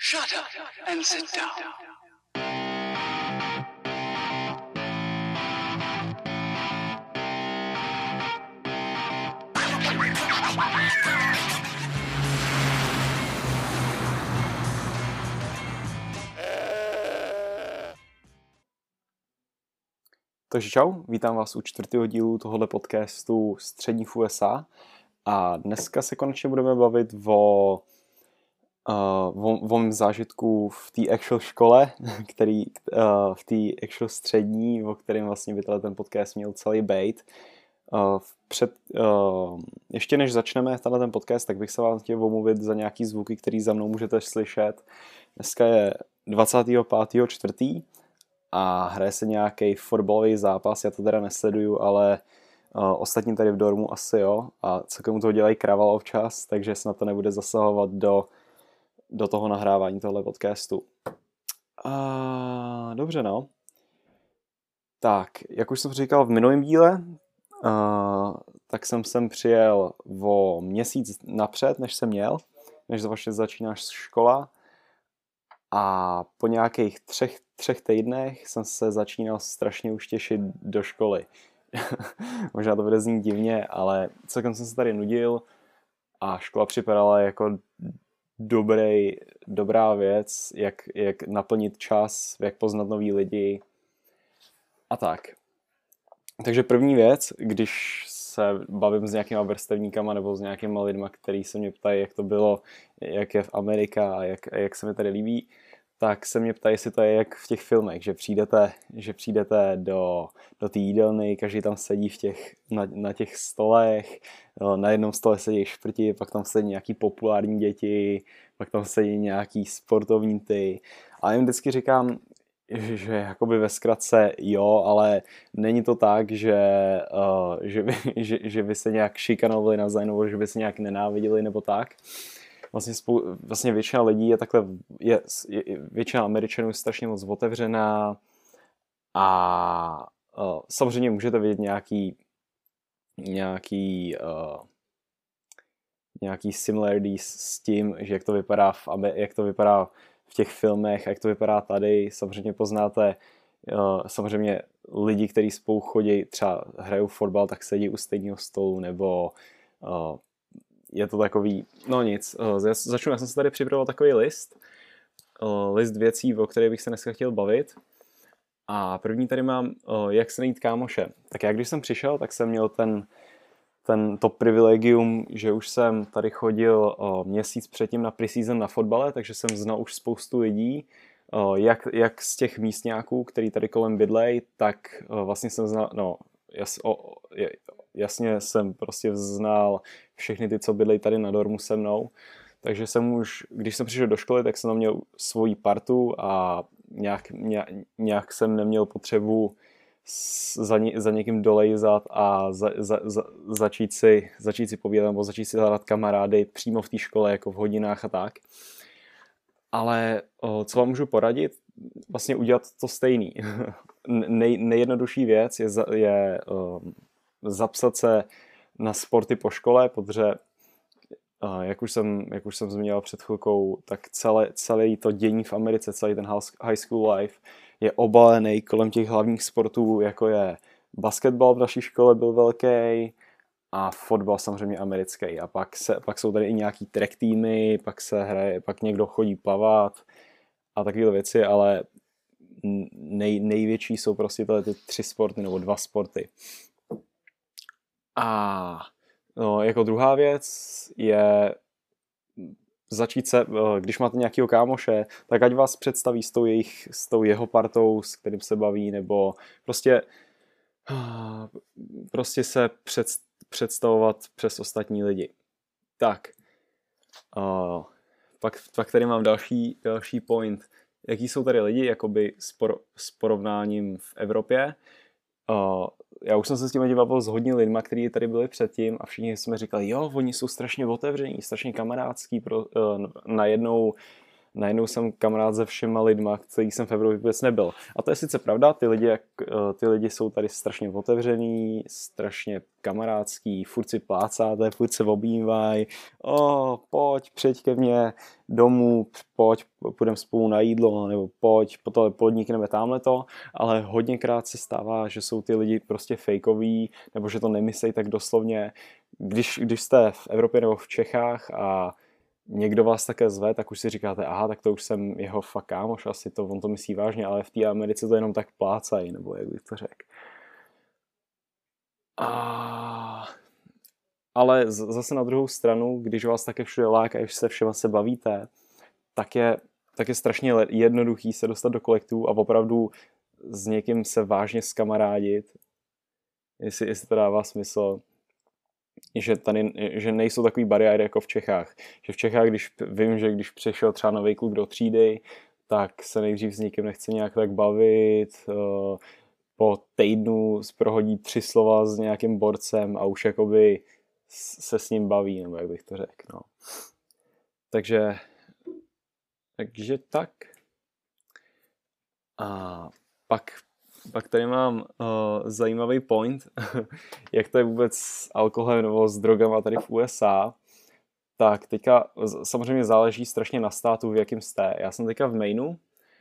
Shut up and sit down. Takže čau, vítám vás u 4. dílu tohoto podcastu Střední v USA a dneska se konečně budeme bavit o mém zážitku v té actual škole, v té actual střední, o kterém vlastně by ten podcast měl celý bejt. Ještě než začneme ten podcast, tak bych se vám chtěl omluvit za nějaký zvuky, který za mnou můžete slyšet. Dneska je 25.4. a hraje se nějaký fotbalový zápas, já to teda nesleduju, ale ostatní tady v dormu asi jo, a celkem toho dělají kravál občas, takže snad to nebude zasahovat do toho nahrávání tohle podcastu. Dobře no. Tak, jak už jsem říkal v minulém díle, tak jsem sem přijel o měsíc napřed, než vlastně začíná škola. A po nějakých třech týdnech jsem se začínal strašně už těšit do školy. Možná to bude znít divně, ale celkem jsem se tady nudil a škola připadala jako dobrá věc, jak naplnit čas, jak poznat nový lidi a tak. Takže první věc, když se bavím s nějakýma vrstevníkama nebo s nějakýma lidma, který se mě ptají, jak to bylo, jak je v Amerika a jak se mi tady líbí, tak se mě ptají, jestli to je jak v těch filmech, že přijdete do té jídelny, každý tam sedí na těch stolech, na jednom stole sedí šprti, pak tam sedí nějaký populární děti, pak tam sedí nějaký sportovní ty. A jim vždycky říkám, že jakoby ve zkratce jo, ale není to tak, že by se nějak šikanovali navzájem, nebo že by se nějak nenáviděli nebo tak. Vlastně většina lidí je takhle, většina Američanů je strašně moc otevřená a samozřejmě můžete vidět nějaký similarities s tím, že jak to vypadá v těch filmech, jak to vypadá tady. Samozřejmě poznáte samozřejmě lidi, kteří spolu chodí, třeba hrajou fotbal, tak sedí u stejného stolu, nebo je to takový, no nic, já jsem se tady připravoval takový list věcí, o kterých bych se dneska chtěl bavit. A první tady mám, jak se najít kámoše. Tak já když jsem přišel, tak jsem měl to privilegium, že už jsem tady chodil měsíc předtím na preseason na fotbale, takže jsem znal už spoustu lidí, jak z těch místňáků, který tady kolem bydlej, tak vlastně jsem znal, jasně jsem prostě znal všechny ty, co bydlej tady na dormu se mnou, takže když jsem přišel do školy, tak jsem tam měl svoji partu a nějak jsem neměl potřebu za někým dolejzat a začít si povídat nebo začít si hledat kamarády přímo v té škole, jako v hodinách a tak. Ale co vám můžu poradit? Vlastně udělat to stejný. Nejjednodušší věc je zapsat se na sporty po škole, protože jak už jsem zmínil před chvilkou, tak celé to dění v Americe, celý ten high school life je obalený kolem těch hlavních sportů, jako je basketbal v naší škole byl velký a fotbal samozřejmě americký. A pak jsou tady i nějaký track týmy, pak někdo chodí plavat a takové věci, ale největší jsou prostě ty 3 sporty nebo 2 sporty. A jako druhá věc je začít se, když máte nějakého kámoše, tak ať vás představí s tou jeho partou, s kterým se baví, nebo prostě se představovat přes ostatní lidi. Tak. Pak tady mám další point. Jaký jsou tady lidi, jakoby s porovnáním v Evropě. Já už jsem se s tím bavil s hodně lidma, kteří tady byli předtím a všichni jsme říkali, jo, oni jsou strašně otevření, strašně kamarádský, najednou jsem kamarád se všema lidma, který jsem v Evropě vůbec nebyl. A to je sice pravda, ty lidi jsou tady strašně otevřený, strašně kamarádský, furt si plácáte, furt se objímají, pojď, přijď ke mně domů, pojď, půjdeme spolu na jídlo, nebo pojď, podnikneme tamhleto, ale hodněkrát se stává, že jsou ty lidi prostě fejkoví, nebo že to nemyslejí tak doslovně. Když jste v Evropě nebo v Čechách a někdo vás také zve, tak už si říkáte, aha, tak to už jsem jeho fakt kámoš, asi on to myslí vážně, ale v té Americe to jenom tak plácají, nebo jak bych to řekl. Ale zase na druhou stranu, když vás také všude lákají, když se všema se bavíte, tak je strašně jednoduchý se dostat do kolektivu a opravdu s někým se vážně zkamarádit, jestli to dává smysl. Že nejsou takový bariéry jako v Čechách. Že v Čechách, vím, že když přišel třeba nový kluk do třídy, tak se nejdřív s nikým nechce nějak tak bavit, po týdnu prohodí 3 slova s nějakým borcem a už jakoby se s ním baví, nebo jak bych to řekl. No. Takže tak. A pak tady mám zajímavý point, jak to je vůbec s alkoholem nebo s drogama tady v USA. Tak teďka samozřejmě záleží strašně na státu, v jakém jste. Já jsem teďka v Mainu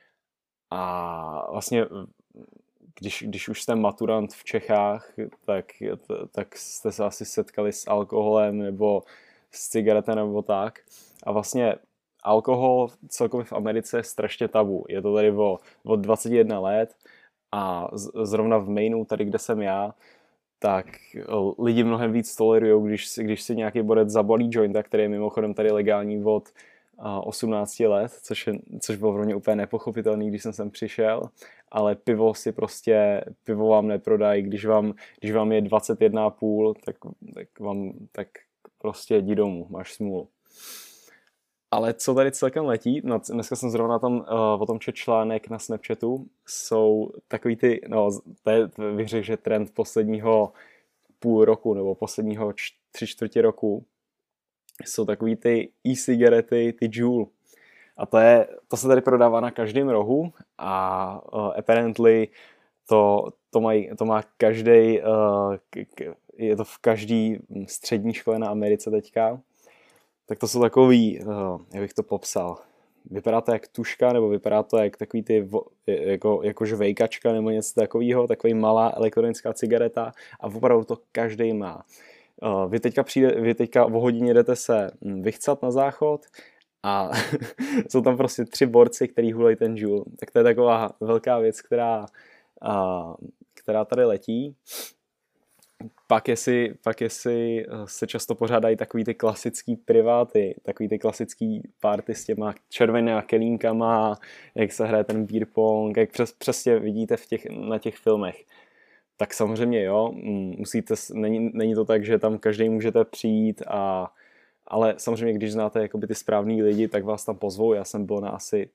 a vlastně když už jste maturant v Čechách, tak jste se asi setkali s alkoholem nebo s cigaretem nebo tak. A vlastně alkohol celkově v Americe je strašně tabu. Je to tady od 21 let a zrovna v Mainu, tady kde jsem já, tak lidi mnohem víc tolerujou, když si nějaký borec zabalí jointa, který je mimochodem tady legální od 18 let, což bylo pro mě úplně nepochopitelný, když jsem sem přišel, ale pivo vám neprodají, když vám je 21,5, tak prostě jdi domů, máš smůlu. Ale co tady celkem letí, dneska jsem zrovna tam o tom četl článek na Snapchatu, jsou takový bych řekl, že trend posledního půl roku nebo posledního 3/4 roku jsou takový ty e-cigarety, ty Juul. A to se tady prodává na každém rohu a apparently to má každý, je to v každý střední škole na Americe teďka. Tak to jsou takový, jak bych to popsal, vypadá to jak tuška, nebo vypadá to jak takový ty, jako žvejkačka, nebo něco takového, takový malá elektronická cigareta a opravdu to každý má. Vy teďka o hodině jdete se vychcat na záchod a jsou tam prostě 3 borci, který hulají ten Juul. Tak to je taková velká věc, která tady letí. Pak jestli se často pořádají takový ty klasický priváty, takový ty klasický party s těma červenýma kelínkama, jak se hraje ten beer pong, jak přesně vidíte na těch filmech. Tak samozřejmě jo, není to tak, že tam každý můžete přijít, ale samozřejmě když znáte jakoby ty správný lidi, tak vás tam pozvou. Já jsem byl na asi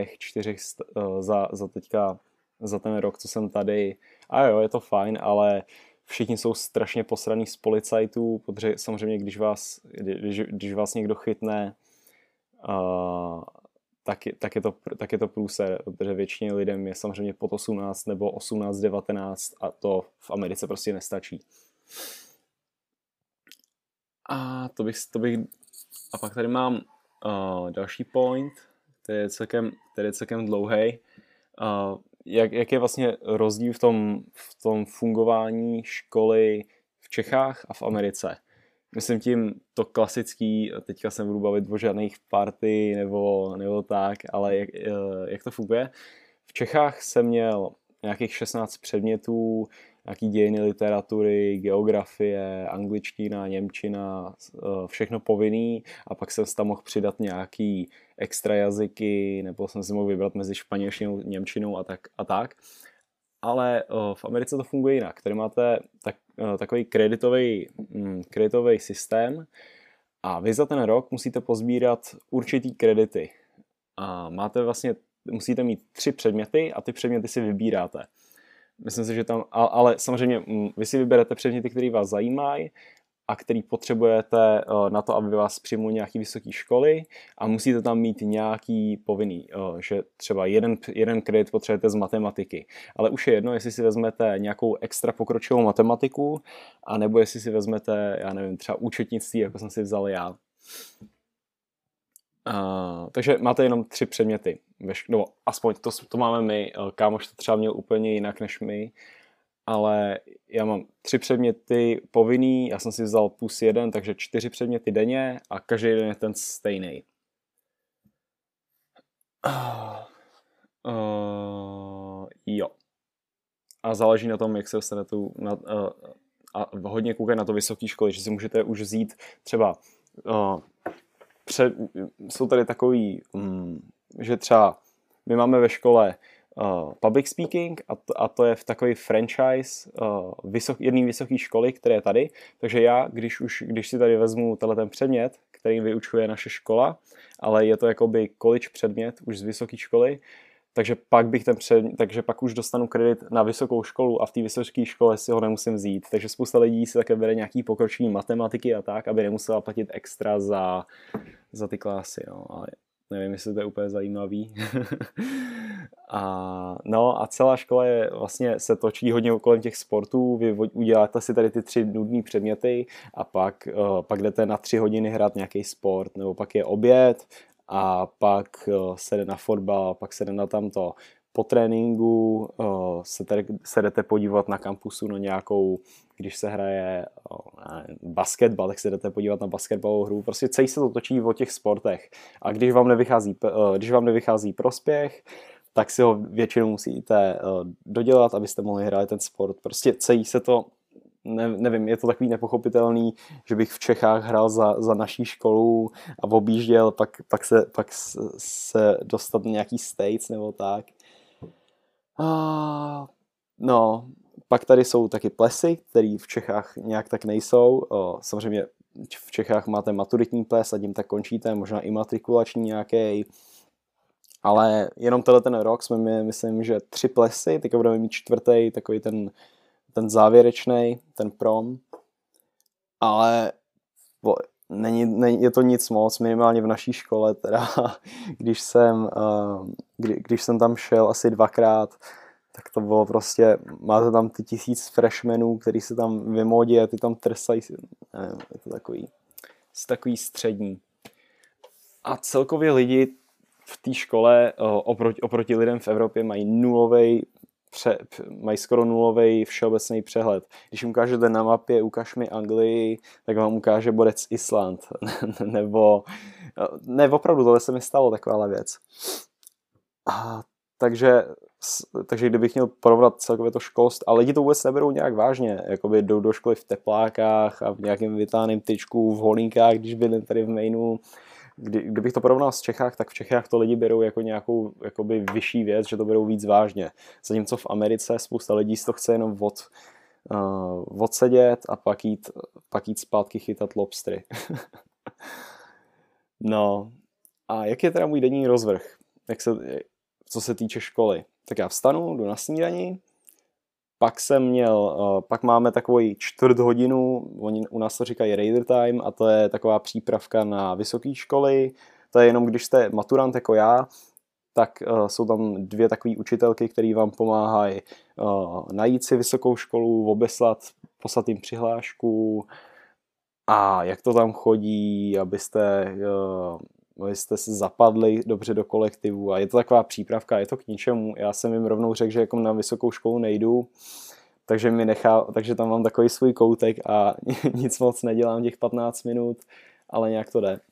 3-4 za ten rok, co jsem tady. A jo, je to fajn, ale všichni jsou strašně posraný z policajtů, protože samozřejmě, když vás někdo chytne, tak je to průser, protože většině lidem je samozřejmě pod 18 nebo 18-19 a to v Americe prostě nestačí. A a pak tady mám další point, který je celkem dlouhý. Jak je vlastně rozdíl v tom fungování školy v Čechách a v Americe? Myslím tím to klasický, teďka se nebudu bavit o žádných party nebo tak, ale jak to funguje? V Čechách jsem měl nějakých 16 předmětů, nějaký dějiny literatury, geografie, angličtina, němčina, všechno povinný a pak jsem si tam mohl přidat nějaký extra jazyky, nebo jsem si mohl vybrat mezi španělštinou, němčinou a tak. Ale v Americe to funguje jinak. Tady máte takový kreditový systém a vy za ten rok musíte pozbírat určitý kredity. A musíte mít 3 předměty a ty předměty si vybíráte. Myslím si, že tam, ale samozřejmě vy si vyberete předměty, které vás zajímají a který potřebujete na to, aby vás přijmul nějaký vysoké školy a musíte tam mít nějaký povinný, že třeba jeden kredit potřebujete z matematiky. Ale už je jedno, jestli si vezmete nějakou extra pokročilou matematiku, anebo jestli si vezmete, já nevím, třeba účetnictví, jako jsem si vzal já. Takže máte jenom 3 předměty. No, aspoň to máme my. Kámoš to třeba měl úplně jinak než my. Ale já mám 3 předměty povinný, já jsem si vzal +1, takže 4 předměty denně a každý den je ten stejný. Jo. A záleží na tom, jak se dostanete a hodně koukají na to vysoké školy, že si můžete už vzít třeba jsou tady takový, že třeba my máme ve škole public speaking a to je v takový franchise jedné vysoké školy, které je tady. Takže já, když si tady vezmu ten předmět, který vyučuje naše škola, ale je to jakoby college předmět už z vysoké školy, takže pak už dostanu kredit na vysokou školu a v té vysoké škole si ho nemusím vzít. Takže spousta lidí si také bere nějaký pokročilý matematiky a tak, aby nemusela platit extra za ty klasy. No. Ale nevím, jestli to je úplně zajímavý. a celá škola vlastně se točí hodně kolem těch sportů. Vy uděláte si tady ty 3 nudné předměty a pak jdete na 3 hodiny hrát nějaký sport, nebo pak je oběd a pak se jde na fotbal, pak se jde na tamto. Po tréninku se jdete podívat na kampusu na nějakou, když se hraje basketbal, tak se jdete podívat na basketbalovou hru. Prostě celý se to točí o těch sportech. A když vám nevychází prospěch, tak si ho většinou musíte dodělat, abyste mohli hrát ten sport. Prostě celý se to, nevím, je to takový nepochopitelný, že bych v Čechách hrál za naší školu a objížděl, pak se dostat na nějaký States nebo tak. No, pak tady jsou taky plesy, které v Čechách nějak tak nejsou. Samozřejmě v Čechách máte maturitní ples a tím tak končíte, možná i matrikulační nějaký. Ale jenom ten rok jsme měli, myslím, že 3 plesy, teďka budeme mít 4., takový ten závěrečný, ten prom. Ale je to nic moc, minimálně v naší škole, teda, když jsem tam šel asi 2krát, tak to bylo prostě, máte tam ty 1000 freshmanů, který se tam vymodí a ty tam trsají, nevím, je to takový střední. A celkově lidi v té škole oproti lidem v Evropě mají skoro nulový všeobecný přehled. Když jim ukážete na mapě, ukaž mi Anglii, tak vám ukáže bodec Island. Ne, opravdu, tohle se mi stalo, taková věc. Takže kdybych měl porovnat celkově to školství, a lidi to vůbec neberou nějak vážně, jakoby jdou do školy v teplákách a v nějakém vytáhném tyčku, v holínkách, když bydlím tady v Mainu. Kdybych to porovnal s Čechách, tak v Čechách to lidi berou jako nějakou jakoby vyšší věc, že to berou víc vážně. Zatímco v Americe spousta lidí si to chce jenom odsedět a pak jít zpátky chytat lobstry. No, a jak je teda můj denní rozvrh? Co se týče školy? Tak já vstanu, jdu na snídani, pak máme takovou 4 hodinu, u nás to říkají Raider Time a to je taková přípravka na vysoké školy. To je jenom, když jste maturant jako já, tak jsou tam 2 takové učitelky, které vám pomáhají najít si vysokou školu, poslat jim přihlášku a jak to tam chodí, abyste se zapadli dobře do kolektivu a je to taková přípravka, je to k ničemu. Já jsem jim rovnou řekl, že jako na vysokou školu nejdu, takže tam mám takový svůj koutek a nic moc nedělám těch 15 minut, ale nějak to jde.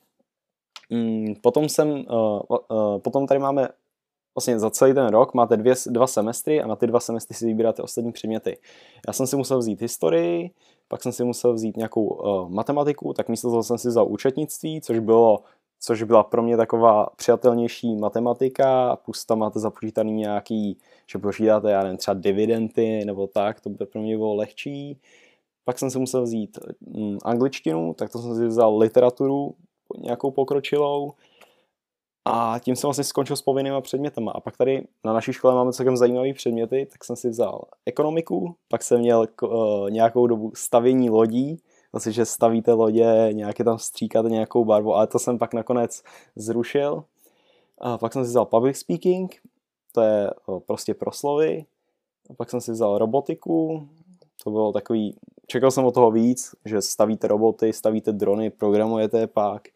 Potom tady máme vlastně za celý ten rok máte 2 semestry a na ty 2 semestry si vybíráte ostatní předměty. Já jsem si musel vzít historii, pak jsem si musel vzít nějakou matematiku, tak místo toho jsem si vzal účetnictví, což byla pro mě taková přijatelnější matematika, plus tam máte započítaný nějaký, že počítáte, já nevím, třeba dividendy nebo tak, to by pro mě bylo lehčí. Pak jsem si musel vzít angličtinu, tak to jsem si vzal literaturu, nějakou pokročilou a tím jsem vlastně skončil s povinnýma předmětama. A pak tady na naší škole máme celkem zajímavé předměty, tak jsem si vzal ekonomiku, pak jsem měl nějakou dobu stavění lodí, vlastně, že stavíte lodě, nějaké tam stříkáte nějakou barvu, ale to jsem pak nakonec zrušil. A pak jsem si vzal public speaking, to je prostě proslovy. A pak jsem si vzal robotiku, to bylo takový, čekal jsem od toho víc, že stavíte roboty, stavíte drony, programujete je pak.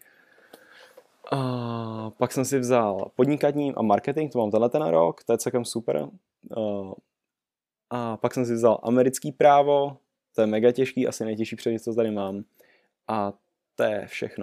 A pak jsem si vzal podnikání a marketing, to mám ten rok, to je celkem super. A pak jsem si vzal americký právo, to je mega těžký, asi nejtěžší předmět, co tady mám. A to je všechno.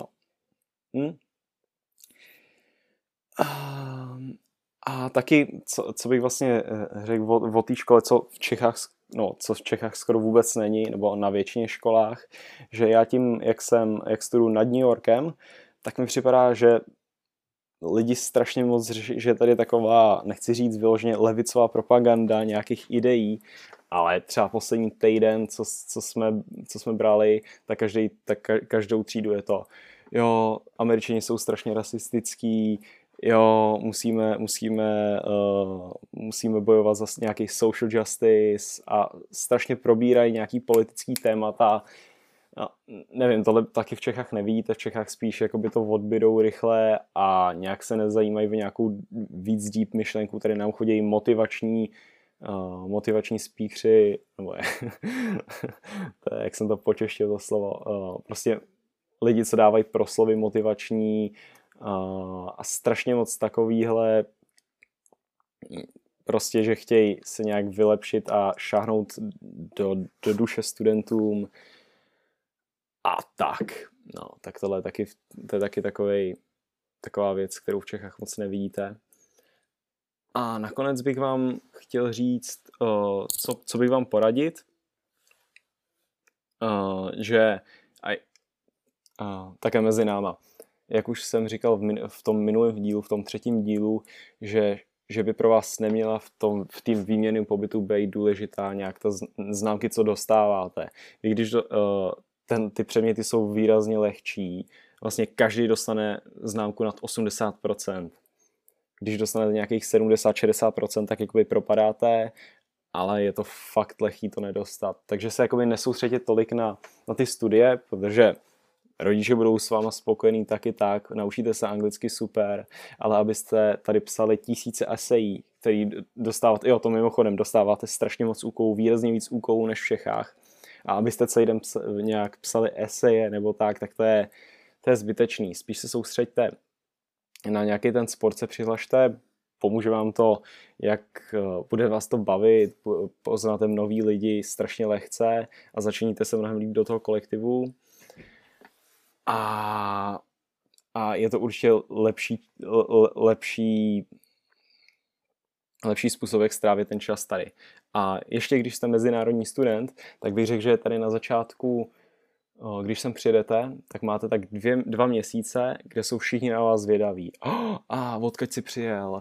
A taky, co bych vlastně řekl o té škole, co v Čechách skoro vůbec není, nebo na většině školách, že já tím, jak studuju nad New Yorkem, tak mi připadá, že lidi strašně moc řeší, že tady je taková, nechci říct vyloženě levicová propaganda nějakých ideí, ale třeba poslední týden, co jsme brali, tak každou třídu je to, jo, Američani jsou strašně rasistický, jo, musíme bojovat za nějaký social justice a strašně probírají nějaký politický témata. No, nevím, tohle taky v Čechách nevidíte, v Čechách spíš jakoby to odbydou rychle a nějak se nezajímají o nějakou víc deep myšlenku, tady nám chodí motivační speakeři, nebo to je, jak jsem to počeštil to slovo, prostě lidi, co dávají proslovy motivační a strašně moc takovýhle prostě, že chtějí se nějak vylepšit a šáhnout do duše studentům a tak. No, tak tohle je taky taková věc, kterou v Čechách moc nevidíte. A nakonec bych vám chtěl říct, co bych vám poradit, že také mezi náma, jak už jsem říkal v tom minulém dílu, v tom 3. dílu, že by pro vás neměla v tým výměnném pobytu být důležitá nějak ta známky, co dostáváte. Vy když ty předměty jsou výrazně lehčí, vlastně každý dostane známku nad 80%. Když dostanete nějakých 70-60%, tak jakoby propadáte, ale je to fakt lehký to nedostat. Takže se jakoby nesoustředit tolik na ty studie, protože rodiče budou s váma spokojení taky tak, naučíte se anglicky super, ale abyste tady psali tisíce esejí, který dostáváte, to mimochodem dostáváte strašně moc úkolů, výrazně víc úkolů než v Čechách, a abyste celý den nějak psali eseje nebo tak to je zbytečný. Spíš se soustřeďte na nějaký ten sport, se přihlašte, pomůže vám to, jak bude vás to bavit, poznáte nový lidi strašně lehce a začíníte se mnohem líp do toho kolektivu. A je to určitě lepší způsob, jak strávit ten čas tady. A ještě když jste mezinárodní student, tak bych řekl, že tady na začátku, když sem přijedete, tak máte tak 2 měsíce, kde jsou všichni na vás zvědaví. Odkud jsi přijel?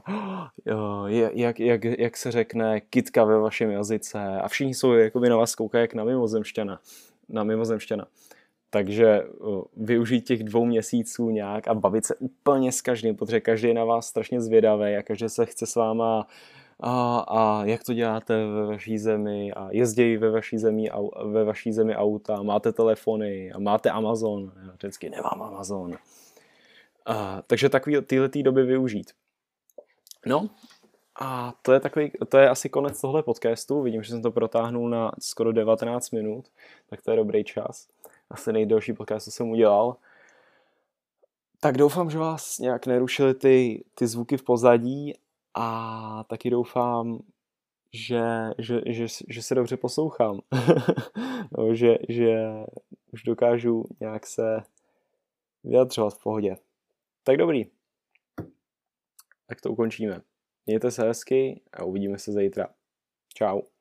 Jak se řekne kytka ve vašem jazyce? A všichni jsou jakoby na vás koukají jak na mimozemšťana. Takže využít těch 2 měsíců nějak a bavit se úplně s každým, protože každý je na vás strašně zvědavý a každý se chce s váma a jak to děláte ve vaší zemi a jezdí ve vaší zemi auta, máte telefony a máte Amazon. Já vždycky nemám Amazon. Takže tyhle doby využít. No a to je asi konec tohle podcastu. Vidím, že jsem to protáhnul na skoro 19 minut, tak to je dobrý čas. Asi nejdelší podcast, co jsem udělal. Tak doufám, že vás nějak nerušily ty zvuky v pozadí a taky doufám, že se dobře poslouchám. No, že už dokážu nějak se vyjadřovat v pohodě. Tak dobrý. Tak to ukončíme. Mějte se hezky a uvidíme se zítra. Čau.